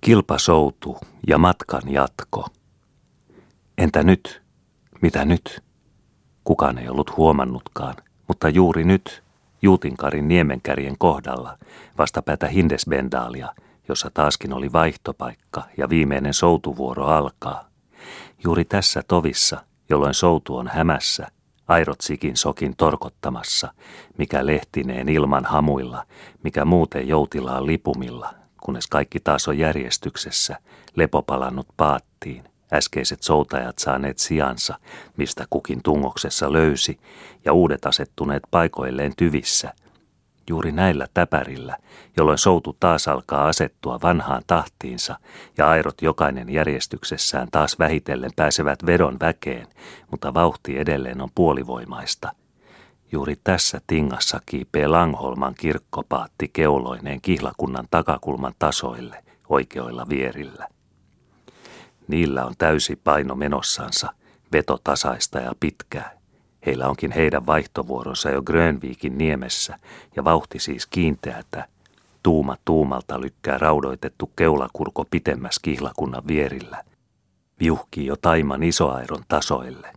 Kilpasoutu ja matkan jatko. Entä nyt? Mitä nyt? Kukaan ei ollut huomannutkaan, mutta juuri nyt, Juutinkarin niemenkärjen kohdalla, vastapäätä Hindesbendaalia, jossa taaskin oli vaihtopaikka ja viimeinen soutuvuoro alkaa. Juuri tässä tovissa, jolloin soutu on hämässä, airot sikin sokin torkottamassa, mikä lehtineen ilman hamuilla, mikä muuten joutilaan lipumilla, kunnes kaikki taas on järjestyksessä, lepo palannut paattiin, äskeiset soutajat saaneet sijansa, mistä kukin tungoksessa löysi, ja uudet asettuneet paikoilleen tyvissä. Juuri näillä täpärillä, jolloin soutu taas alkaa asettua vanhaan tahtiinsa, ja airot jokainen järjestyksessään taas vähitellen pääsevät vedon väkeen, mutta vauhti edelleen on puolivoimaista. Juuri tässä tingassa kiipee Langholman kirkkopaatti keuloineen kihlakunnan takakulman tasoille, oikeilla vierillä. Niillä on täysi paino menossansa, veto tasaista ja pitkää. Heillä onkin heidän vaihtovuoronsa jo Grönvikin niemessä, ja vauhti siis kiinteätä. Tuuma tuumalta lykkää raudoitettu keulakurko pitemmäs kihlakunnan vierillä. Viuhkii jo taiman isoairon tasoille.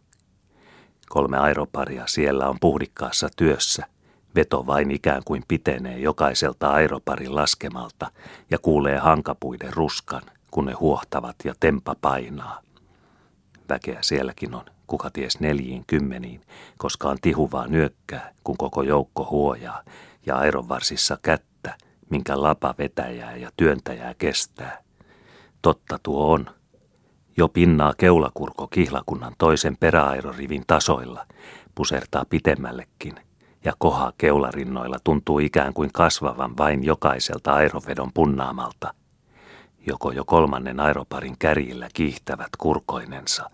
3 airoparia siellä on puhdikkaassa työssä. Veto vain ikään kuin pitenee jokaiselta airoparin laskemalta ja kuulee hankapuiden ruskan, kun ne huohtavat ja tempa painaa. Väkeä sielläkin on, kuka ties 40, koska on tihuvaa nyökkää, kun koko joukko huojaa, ja aironvarsissa kättä, minkä lapa vetäjää ja työntäjää kestää. Totta tuo on. Jo pinnaa keulakurko kihlakunnan toisen peräairorivin tasoilla, pusertaa pitemmällekin, ja koha keularinnoilla tuntuu ikään kuin kasvavan vain jokaiselta airovedon punnaamalta. Joko jo 3. airoparin kärjillä kiihtävät kurkoinensa.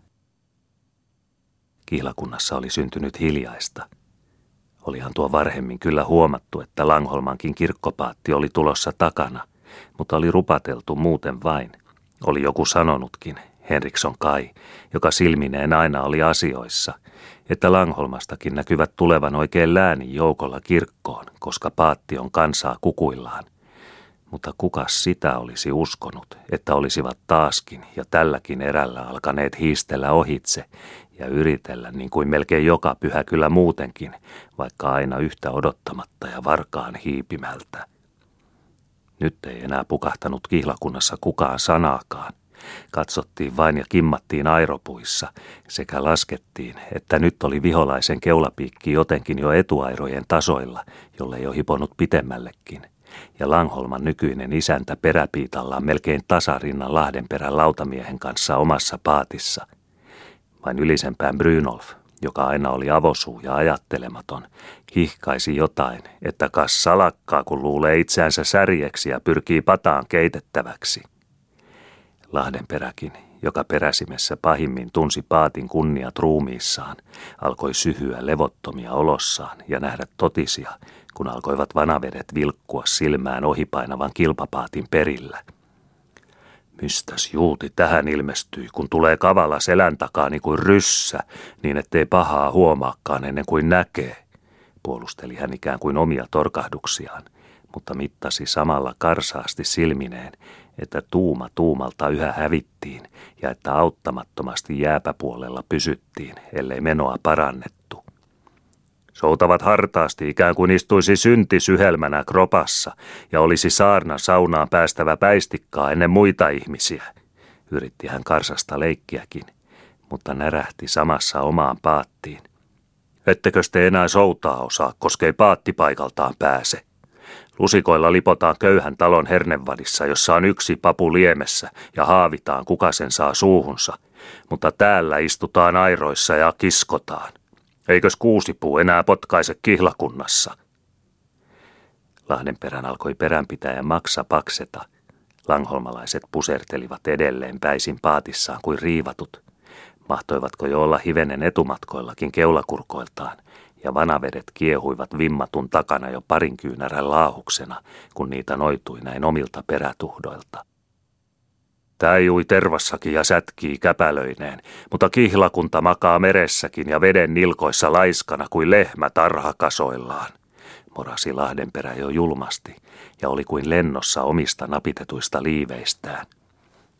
Kihlakunnassa oli syntynyt hiljaista. Olihan tuo varhemmin kyllä huomattu, että Langholmankin kirkkopaatti oli tulossa takana, mutta oli rupateltu muuten vain. Oli joku sanonutkin, Henriksson Kai, joka silmineen aina oli asioissa, että Langholmastakin näkyvät tulevan oikein läänin joukolla kirkkoon, koska paatti on kansaa kukuillaan. Mutta kukas sitä olisi uskonut, että olisivat taaskin ja tälläkin erällä alkaneet hiistellä ohitse ja yritellä niin kuin melkein joka pyhä kyllä muutenkin, vaikka aina yhtä odottamatta ja varkaan hiipimältä. Nyt ei enää pukahtanut kihlakunnassa kukaan sanaakaan. Katsottiin vain ja kimmattiin airopuissa sekä laskettiin, että nyt oli viholaisen keulapiikki jotenkin jo etuairojen tasoilla, jolle ei ole hiponut pitemmällekin. Ja Langholman nykyinen isäntä peräpiitallaan melkein tasarinnan Lahdenperän lautamiehen kanssa omassa paatissa. Vain ylisempään Brynolf, joka aina oli avosuu ja ajattelematon, hihkaisi jotain, että kas salakkaa, kun luulee itseänsä särjeksi ja pyrkii pataan keitettäväksi. Lahdenperäkin, joka peräsimessä pahimmin tunsi paatin kunniat ruumiissaan, alkoi syhyä levottomia olossaan ja nähdä totisia, kun alkoivat vanavedet vilkkua silmään ohipainavan kilpapaatin perillä. Mistäs Juuti tähän ilmestyi, kun tulee kavala selän takaa niin kuin ryssä, niin ettei pahaa huomaakaan ennen kuin näkee, puolusteli hän ikään kuin omia torkahduksiaan, mutta mittasi samalla karsaasti silmineen, että tuuma tuumalta yhä hävittiin ja että auttamattomasti jääpäpuolella pysyttiin, ellei menoa parannettu. Soutavat hartaasti ikään kuin istuisi synti syhelmänä kropassa ja olisi saarna saunaan päästävä päistikkaa ennen muita ihmisiä. Yritti hän karsasta leikkiäkin, mutta närähti samassa omaan paattiin. Ettekö te enää soutaa osaa, koska ei paattipaikaltaan pääse? Lusikoilla lipotaan köyhän talon hernevadissa, jossa on yksi papu liemessä ja haavitaan kuka sen saa suuhunsa, mutta täällä istutaan airoissa ja kiskotaan. Eikös kuusipuu enää potkaise kihlakunnassa? Lahdenperän alkoi peränpitäjän maksa pakseta. Langholmalaiset pusertelivat edelleen päisin paatissaan kuin riivatut. Mahtoivatko jo olla hivenen etumatkoillakin keulakurkoiltaan, ja vanavedet kiehuivat vimmatun takana jo parin kyynärän laahuksena, kun niitä noitui näin omilta perätuhdoilta. Täijui tervassakin ja sätkii käpälöineen, mutta kihlakunta makaa meressäkin ja veden nilkoissa laiskana kuin lehmä tarhakasoillaan, morasi Lahdenperä jo julmasti ja oli kuin lennossa omista napitetuista liiveistään.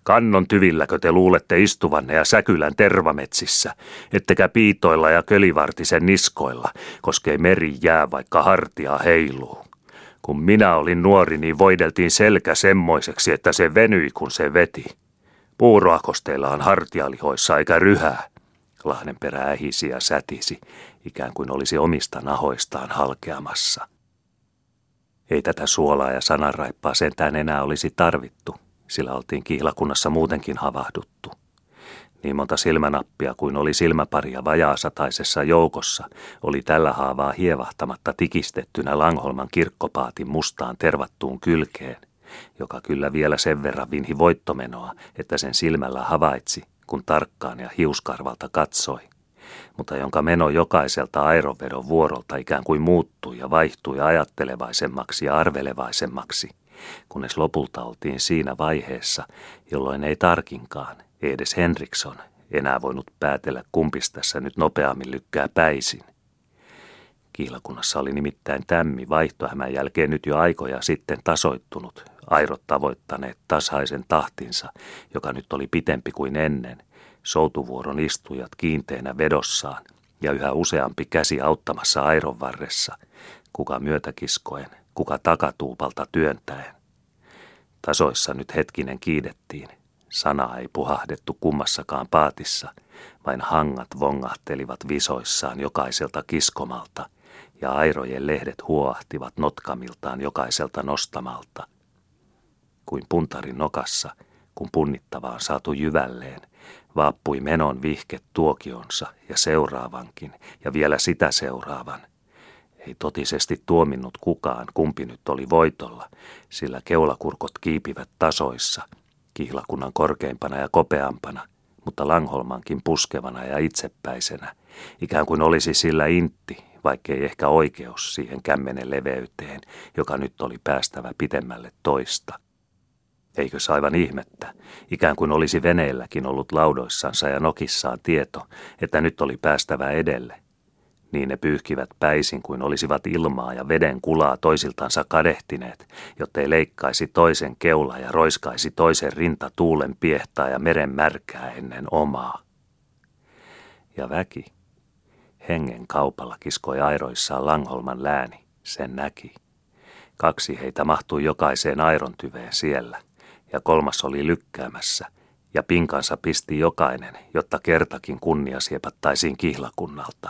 Kannon tyvilläkö te luulette istuvanne ja Säkylän tervametsissä, ettekä piitoilla ja kölivartisen niskoilla, koskei meri jää vaikka hartia heiluu. Kun minä olin nuori, niin voideltiin selkä semmoiseksi, että se venyi kun se veti. Puuroakosteilla on hartialihoissa eikä ryhää. Lahdenperä ähisi ja sätisi, ikään kuin olisi omista nahoistaan halkeamassa. Ei tätä suolaa ja sananraippaa sentään enää olisi tarvittu, sillä oltiin kihlakunnassa muutenkin havahduttu. Niin monta silmänappia kuin oli silmäparia vajaasataisessa joukossa, oli tällä haavaa hievahtamatta tikistettynä Langholman kirkkopaatin mustaan tervattuun kylkeen, joka kyllä vielä sen verran vinhi voittomenoa, että sen silmällä havaitsi, kun tarkkaan ja hiuskarvalta katsoi, mutta jonka meno jokaiselta aironvedon vuorolta ikään kuin muuttui ja vaihtui ajattelevaisemmaksi ja arvelevaisemmaksi, kunnes lopulta oltiin siinä vaiheessa, jolloin ei tarkinkaan, ei edes Henriksson, enää voinut päätellä kumpis tässä nyt nopeammin lykkää päisin. Kihlakunnassa oli nimittäin tämmi vaihtohämän jälkeen nyt jo aikoja sitten tasoittunut, airot tavoittaneet tasaisen tahtinsa, joka nyt oli pitempi kuin ennen, soutuvuoron istujat kiinteinä vedossaan ja yhä useampi käsi auttamassa airon varressa, kuka myötäkiskoen, kuka takatuupalta työntäen. Tasoissa nyt hetkinen kiidettiin. Sanaa ei puhahdettu kummassakaan paatissa, vain hangat vongahtelivat visoissaan jokaiselta kiskomalta, ja airojen lehdet huoahtivat notkamiltaan jokaiselta nostamalta. Kuin puntarin nokassa, kun punnittava on saatu jyvälleen, vaappui menon vihke tuokionsa ja seuraavankin, ja vielä sitä seuraavan. Ei totisesti tuominnut kukaan, kumpi nyt oli voitolla, sillä keulakurkot kiipivät tasoissa, kihlakunnan korkeimpana ja kopeampana, mutta Langholmankin puskevana ja itsepäisenä, ikään kuin olisi sillä intti, vaikkei ehkä oikeus siihen kämmenen leveyteen, joka nyt oli päästävä pitemmälle toista. Eikös aivan ihmettä, ikään kuin olisi veneelläkin ollut laudoissansa ja nokissaan tieto, että nyt oli päästävä edelle. Niin ne pyyhkivät päisin kuin olisivat ilmaa ja veden kulaa toisiltansa kadehtineet, jottei leikkaisi toisen keula ja roiskaisi toisen rinta tuulen piehtaa ja meren märkää ennen omaa. Ja väki, hengen kaupalla kiskoi airoissaan Langholman lääni, sen näki. 2 heitä mahtui jokaiseen airontyveen siellä, ja 3 oli lykkäämässä, ja pinkansa pisti jokainen, jotta kertakin kunnia siepattaisiin kihlakunnalta.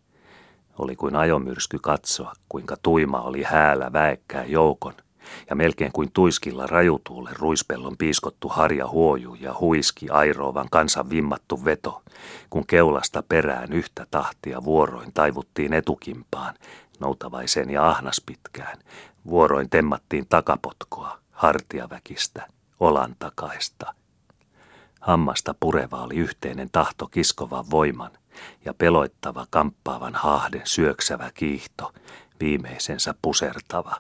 Oli kuin ajomyrsky katsoa, kuinka tuima oli häälä väekkää joukon, ja melkein kuin tuiskilla rajutuulle ruispellon piiskottu harja huojuu ja huiski airoavan kansan vimmattu veto, kun keulasta perään yhtä tahtia vuoroin taivuttiin etukimpaan, noutavaiseen ja ahnaspitkään, vuoroin temmattiin takapotkoa, hartiaväkistä, olan takaista. Hammasta pureva oli yhteinen tahto kiskovan voiman, ja peloittava kamppaavan haahden syöksävä kiihto, viimeisensä pusertava.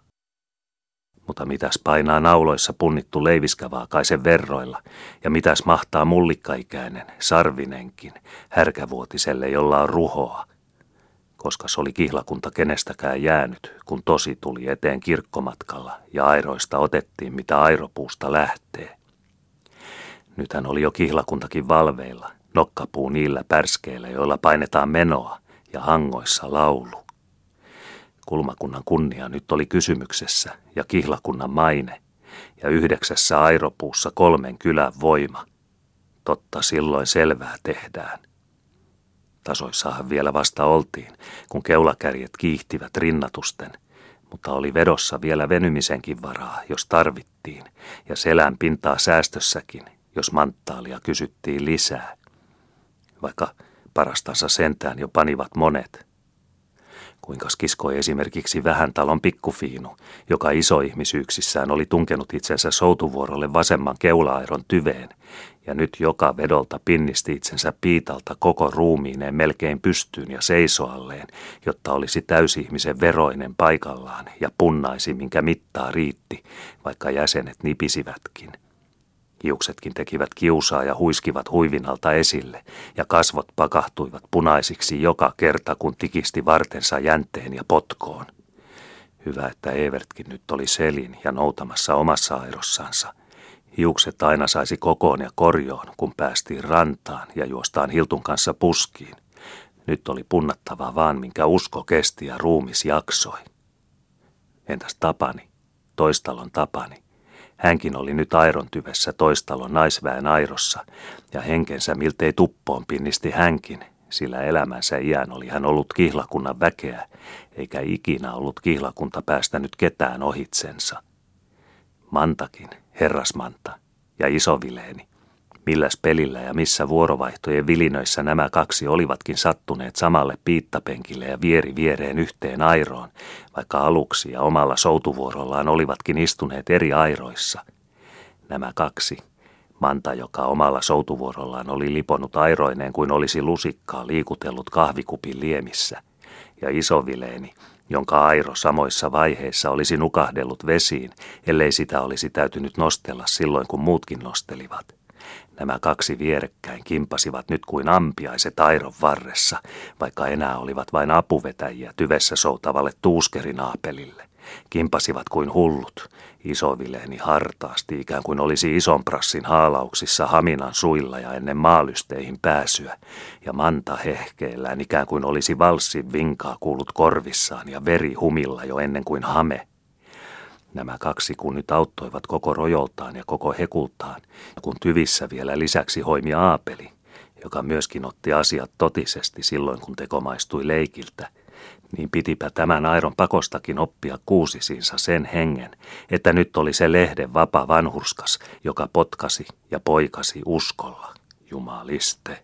Mutta mitäs painaa nauloissa punnittu leiviskävaakaisen verroilla, ja mitäs mahtaa mullikkaikäinen, sarvinenkin, härkävuotiselle, jolla on ruhoa, koska se oli kihlakunta kenestäkään jäänyt, kun tosi tuli eteen kirkkomatkalla, ja airoista otettiin, mitä airopuusta lähtee. Nythän oli jo kihlakuntakin valveilla, nokkapuu niillä pärskeillä, joilla painetaan menoa, ja hangoissa laulu. Kulmakunnan kunnia nyt oli kysymyksessä, ja kihlakunnan maine, ja 9 airopuussa 3 kylän voima. Totta silloin selvää tehdään. Tasoissahan vielä vasta oltiin, kun keulakärjet kiihtivät rinnatusten, mutta oli vedossa vielä venymisenkin varaa, jos tarvittiin, ja selän pintaa säästössäkin, jos manttaalia kysyttiin lisää. Vaikka parastansa sentään jo panivat monet. Kuinkas kiskoi esimerkiksi Vähäntalon pikkufiinu, joka isoihmisyyksissään oli tunkenut itsensä soutuvuorolle vasemman keula-airon tyveen, ja nyt joka vedolta pinnisti itsensä piitalta koko ruumiineen melkein pystyyn ja seisoalleen, jotta olisi täysihmisen veroinen paikallaan ja punnaisi, minkä mittaa riitti, vaikka jäsenet nipisivätkin. Hiuksetkin tekivät kiusaa ja huiskivat huivinalta esille, ja kasvot pakahtuivat punaisiksi joka kerta, kun tikisti vartensa jänteen ja potkoon. Hyvä, että Evertkin nyt oli selin ja noutamassa omassa airossansa, Hiukset aina saisi kokoon ja korjoon, kun päästiin rantaan ja juostaan Hiltun kanssa puskiin. Nyt oli punnattava vaan, minkä usko kesti ja ruumis jaksoi. Entäs Tapani, Toistalon Tapani? Hänkin oli nyt airontyvessä Toistalon naisväen airossa, ja henkensä miltei tuppoon pinnisti hänkin, sillä elämänsä iän oli hän ollut kihlakunnan väkeä, eikä ikinä ollut kihlakunta päästänyt ketään ohitsensa. Mantakin, herrasmanta ja isovileeni, milläs pelillä ja missä vuorovaihtojen vilinöissä nämä kaksi olivatkin sattuneet samalle piittapenkille ja vieri viereen yhteen airoon, vaikka aluksi ja omalla soutuvuorollaan olivatkin istuneet eri airoissa. Nämä kaksi, Manta, joka omalla soutuvuorollaan oli liponut airoineen kuin olisi lusikkaa liikutellut kahvikupin liemissä, ja isovileeni, jonka airo samoissa vaiheissa olisi nukahdellut vesiin, ellei sitä olisi täytynyt nostella silloin, kun muutkin nostelivat. Nämä kaksi vierekkäin kimpasivat nyt kuin ampiaiset airon varressa, vaikka enää olivat vain apuvetäjiä tyvessä soutavalle tuuskerinaapelille. Kimpasivat kuin hullut, isovileeni hartaasti, ikään kuin olisi isonprassin haalauksissa Haminan suilla ja ennen maalysteihin pääsyä, ja Manta hehkeellään ikään kuin olisi valssin vinkaa kuullut korvissaan ja veri humilla jo ennen kuin hame. Nämä kaksi kun nyt auttoivat koko rojoltaan ja koko hekultaan, kun tyvissä vielä lisäksi hoimi Aapeli, joka myöskin otti asiat totisesti silloin, kun teko maistui leikiltä, niin pitipä tämän airon pakostakin oppia kuusisiinsa sen hengen, että nyt oli se lehden vapa vanhurskas, joka potkasi ja poikasi uskolla, jumaliste.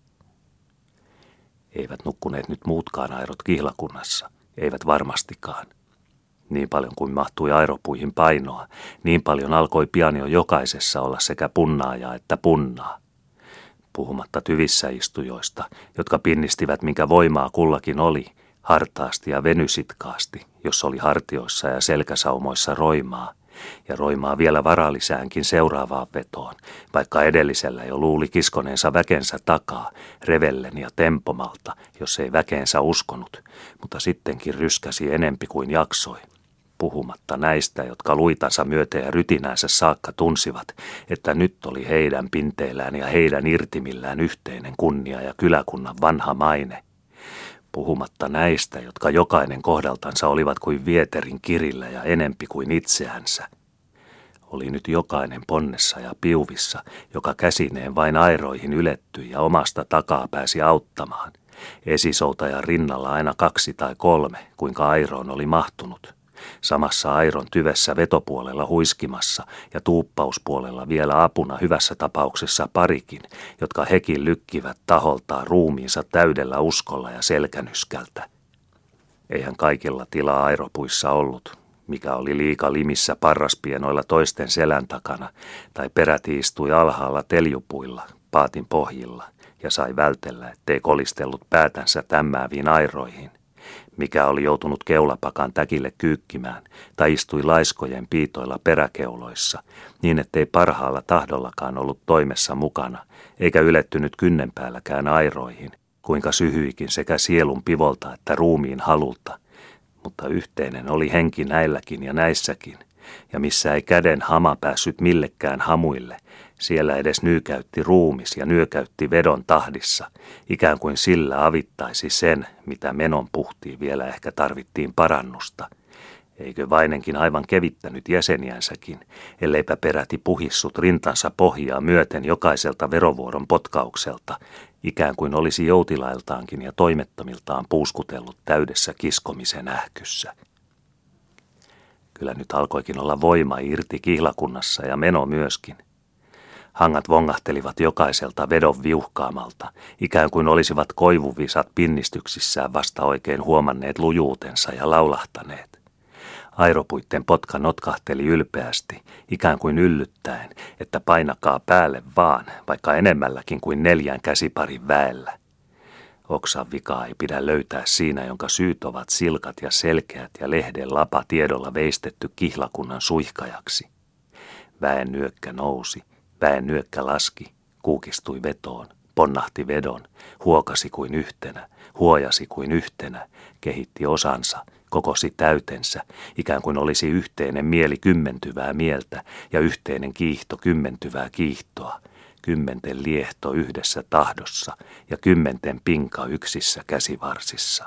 Eivät nukkuneet nyt muutkaan airot kihlakunnassa, eivät varmastikaan. Niin paljon kuin mahtui airopuihin painoa, niin paljon alkoi pian jo jokaisessa olla sekä punnaajaa että punnaa. Puhumatta tyvissä istujoista, jotka pinnistivät minkä voimaa kullakin oli, hartaasti ja venysitkaasti, jos oli hartioissa ja selkäsaumoissa roimaa, ja roimaa vielä varallisäänkin seuraavaan vetoon, vaikka edellisellä jo luuli kiskoneensa väkensä takaa, revellen ja tempomalta, jos ei väkeensä uskonut, mutta sittenkin ryskäsi enempi kuin jaksoi. Puhumatta näistä, jotka luitansa myöten ja rytinäänsä saakka tunsivat, että nyt oli heidän pinteillään ja heidän irtimillään yhteinen kunnia ja kyläkunnan vanha maine. Puhumatta näistä, jotka jokainen kohdaltansa olivat kuin vieterin kirillä ja enempi kuin itseänsä. Oli nyt jokainen ponnessa ja piuvissa, joka käsineen vain airoihin ylettyi ja omasta takaa pääsi auttamaan. Esisoutajan rinnalla aina 2 tai 3, kuinka airoon oli mahtunut. Samassa airon tyvessä vetopuolella huiskimassa ja tuuppauspuolella vielä apuna hyvässä tapauksessa parikin, jotka hekin lykkivät taholtaan ruumiinsa täydellä uskolla ja selkänyskältä. Eihän kaikilla tilaa airopuissa ollut, mikä oli liika limissä parraspienoilla toisten selän takana tai peräti istui alhaalla teljupuilla, paatin pohjilla ja sai vältellä, ettei kolistellut päätänsä tämmäviin airoihin. Mikä oli joutunut keulapakan täkille kyykkimään tai istui laiskojen piitoilla peräkeuloissa, niin ettei parhaalla tahdollakaan ollut toimessa mukana, eikä ylettynyt kynnenpäälläkään airoihin, kuinka syhyikin sekä sielun pivolta että ruumiin halulta. Mutta yhteinen oli henki näilläkin ja näissäkin, ja missä ei käden hama päässyt millekään hamuille, siellä edes nyykäytti ruumis ja nyökäytti vedon tahdissa, ikään kuin sillä avittaisi sen, mitä menon puhtiin vielä ehkä tarvittiin parannusta. Eikö vainenkin aivan kevittänyt jäseniänsäkin, elleipä peräti puhissut rintansa pohjaa myöten jokaiselta verovuoron potkaukselta, ikään kuin olisi joutilailtaankin ja toimettomiltaan puuskutellut täydessä kiskomisen ähkyssä. Kyllä nyt alkoikin olla voima irti kihlakunnassa ja meno myöskin. Hangat vongahtelivat jokaiselta vedon viuhkaamalta, ikään kuin olisivat koivuvisat pinnistyksissään vasta oikein huomanneet lujuutensa ja laulahtaneet. Airopuitten potka notkahteli ylpeästi, ikään kuin yllyttäen, että painakaa päälle vaan, vaikka enemmälläkin kuin 4 käsiparin väellä. Oksan vikaa ei pidä löytää siinä, jonka syyt ovat silkat ja selkeät ja lehden lapa tiedolla veistetty kihlakunnan suihkajaksi. Väen nyökkä nousi, väen nyökkä laski, kuukistui vetoon, ponnahti vedon, huokasi kuin yhtenä, huojasi kuin yhtenä, kehitti osansa, kokosi täytensä, ikään kuin olisi yhteinen mieli kymmentyvää mieltä ja yhteinen kiihto kymmentyvää kiihtoa, kymmenten liehto yhdessä tahdossa ja kymmenten pinka yksissä käsivarsissa.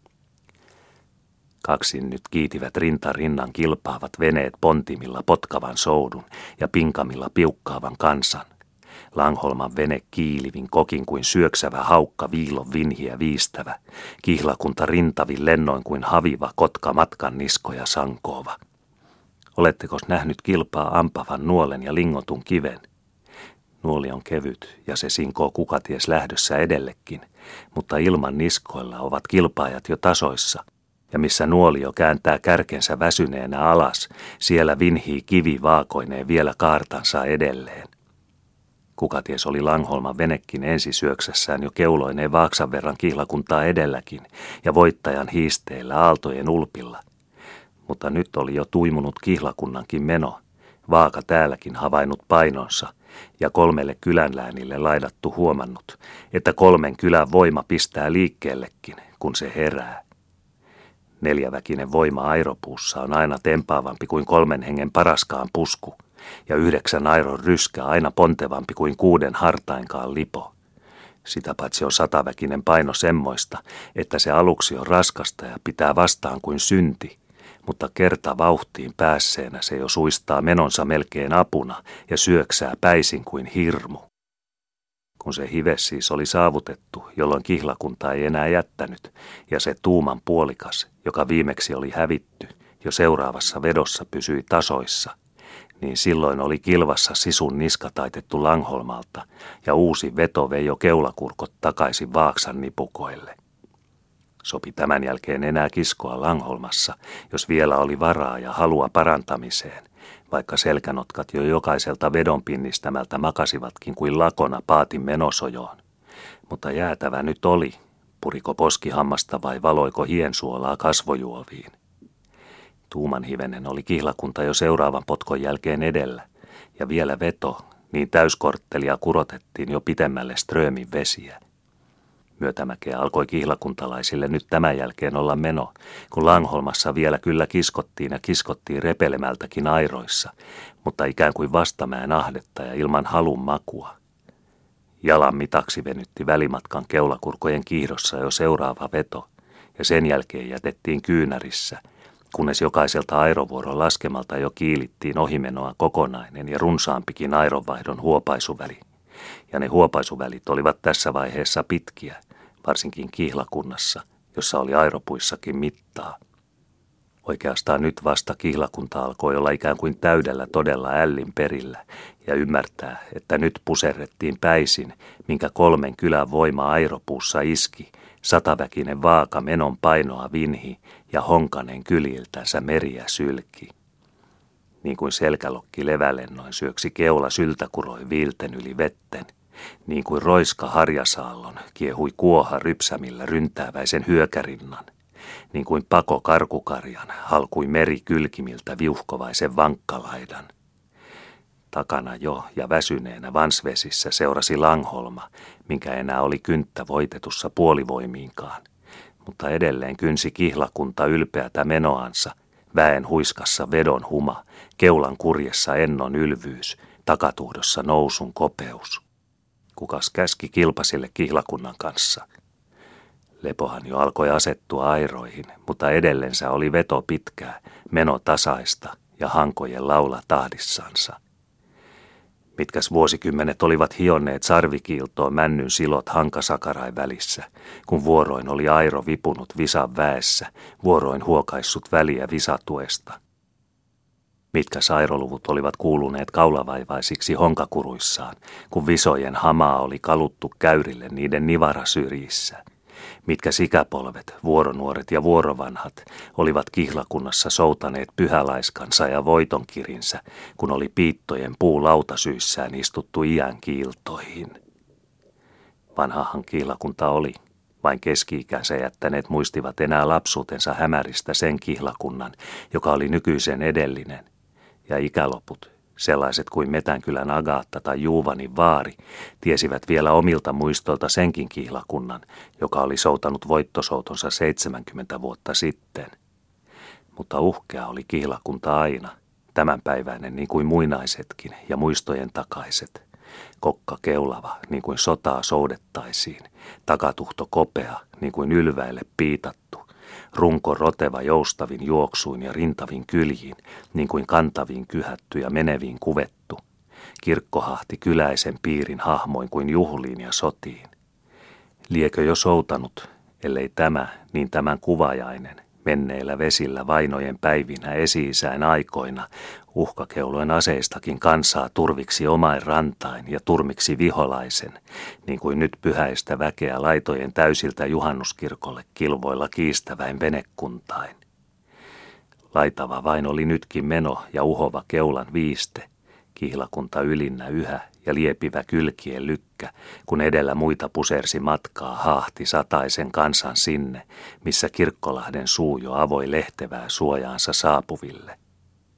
Kaksin nyt kiitivät rinta rinnan kilpaavat veneet pontimilla potkavan soudun ja pinkamilla piukkaavan kansan. Langholman vene kiilivin kokin kuin syöksävä haukka viilon vinhiä viistävä, kihlakunta rintavin lennoin kuin haviva kotka matkan niskoja sankoova. Olettekos nähnyt kilpaa ampavan nuolen ja lingotun kiven? Nuoli on kevyt ja se sinkoo kukaties lähdössä edellekin, mutta ilman niskoilla ovat kilpaajat jo tasoissa. Ja missä nuoli jo kääntää kärkensä väsyneenä alas, siellä vinhii kivi vaakoineen vielä kaartansa edelleen. Kukaties oli Langholman venekin ensisyöksessään jo keuloineen vaaksan verran kihlakuntaa edelläkin ja voittajan hiisteillä aaltojen ulpilla. Mutta nyt oli jo tuimunut kihlakunnankin meno, vaaka täälläkin havainnut painonsa ja 3 kylänläänille laidattu huomannut, että 3 kylän voima pistää liikkeellekin, kun se herää. 4-väkinen voima airopuussa on aina tempaavampi kuin 3 hengen paraskaan pusku, ja 9 airon ryskä aina pontevampi kuin 6 hartainkaan lipo. Sitä paitsi on 100-väkinen paino semmoista, että se aluksi on raskasta ja pitää vastaan kuin synti, mutta kerta vauhtiin päässeenä se jo suistaa menonsa melkein apuna ja syöksää päisin kuin hirmu. Kun se hives siis oli saavutettu, jolloin kihlakunta ei enää jättänyt, ja se tuuman puolikas, joka viimeksi oli hävitty, jo seuraavassa vedossa pysyi tasoissa, niin silloin oli kilvassa sisun niska taitettu Langholmalta, ja uusi veto vei jo keulakurkot takaisin Vaaksan nipukoille. Sopi tämän jälkeen enää kiskoa Langholmassa, jos vielä oli varaa ja halua parantamiseen, vaikka selkänotkat jo jokaiselta vedon pinnistämältä makasivatkin kuin lakona paatin menosojoon. Mutta jäätävä nyt oli, puriko poskihammasta vai valoiko hiensuolaa kasvojuoviin. Tuumanhivenen oli kihlakunta jo seuraavan potkon jälkeen edellä, ja vielä veto, niin täyskorttelia kurotettiin jo pitemmälle Strömin vesiä. Myötämäkeä alkoi kihlakuntalaisille nyt tämän jälkeen olla meno, kun Langholmassa vielä kyllä kiskottiin ja kiskottiin repelemältäkin airoissa, mutta ikään kuin vastamäen ahdetta ja ilman halun makua. Jalan mitaksi venytti välimatkan keulakurkojen kiihdossa jo seuraava veto, ja sen jälkeen jätettiin kyynärissä, kunnes jokaiselta airovuoron laskemalta jo kiilittiin ohimenoa kokonainen ja runsaampikin aironvaihdon huopaisuväli. Ja ne huopaisuvälit olivat tässä vaiheessa pitkiä, varsinkin kihlakunnassa, jossa oli airopuissakin mittaa. Oikeastaan nyt vasta kihlakunta alkoi olla ikään kuin täydellä todella ällin perillä ja ymmärtää, että nyt puserrettiin päisin, minkä 3 kylän voima airopuussa iski, 100-väkinen vaaka menon painoa vinhi ja honkanen kyljiltänsä meriä sylki. Niin kuin selkälokki levälennoin syöksi keula syltäkuroi viilten yli vetten, niin kuin roiska harjasaallon kiehui kuoha rypsämillä ryntääväisen hyökärinnan, niin kuin pako karkukarjan halkui meri kylkimiltä viuhkovaisen vankkalaidan. Takana jo ja väsyneenä Vansvesissä seurasi Langholma, minkä enää oli kynttä voitetussa puolivoimiinkaan, mutta edelleen kynsi kihlakunta ylpeätä menoansa, väen huiskassa vedon huma, keulan kurjessa ennon ylvyys, takatuhdossa nousun kopeus. Kukas käski kilpasille kihlakunnan kanssa? Lepohan jo alkoi asettua airoihin, mutta edellensä oli veto pitkää, meno tasaista ja hankojen laula tahdissansa. Mitkäs vuosikymmenet olivat hionneet sarvikiiltoon männyn silot hankasakarain välissä, kun vuoroin oli airo vipunut visan väessä, vuoroin huokaissut väliä visatuesta. Mitkä sairoluvut olivat kuuluneet kaulavaivaisiksi honkakuruissaan, kun visojen hamaa oli kaluttu käyrille niiden nivarasyrjissä. Mitkä sikäpolvet, vuoronuoret ja vuorovanhat olivat kihlakunnassa soutaneet pyhälaiskansa ja voitonkirinsä, kun oli piittojen puulautasyissään istuttu iän kiiltoihin. Vanhahan kihlakunta oli. Vain keski-ikänsä jättäneet muistivat enää lapsuutensa hämäristä sen kihlakunnan, joka oli nykyisen edellinen, ja ikäloput, sellaiset kuin Metänkylän Agaatta tai Juuvanin vaari, tiesivät vielä omilta muistolta senkin kihlakunnan, joka oli soutanut voittosoutonsa 70 vuotta sitten. Mutta uhkea oli kihlakunta aina, tämänpäiväinen niin kuin muinaisetkin ja muistojen takaiset. Kokka keulava, niin kuin sotaa soudettaisiin, takatuhto kopea, niin kuin ylväille piitattu, runko roteva joustavin juoksuin ja rintavin kyljiin, niin kuin kantaviin kyhätty ja meneviin kuvettu, kirkkohahti kyläisen piirin hahmoin kuin juhliin ja sotiin. Liekö jo soutanut, ellei tämä, niin tämän kuvajainen, menneillä vesillä vainojen päivinä esi-isään aikoina, uhkakeulojen aseistakin kansaa turviksi omain rantain ja turmiksi viholaisen, niin kuin nyt pyhäistä väkeä laitojen täysiltä juhannuskirkolle kilvoilla kiistäväin venekuntain. Laitava vain oli nytkin meno ja uhova keulan viiste, kihlakunta ylinnä yhä ja liepivä kylkien lykkä, kun edellä muita pusersi matkaa haahti sataisen kansan sinne, missä Kirkkolahden suu jo avoi lehtevää suojaansa saapuville.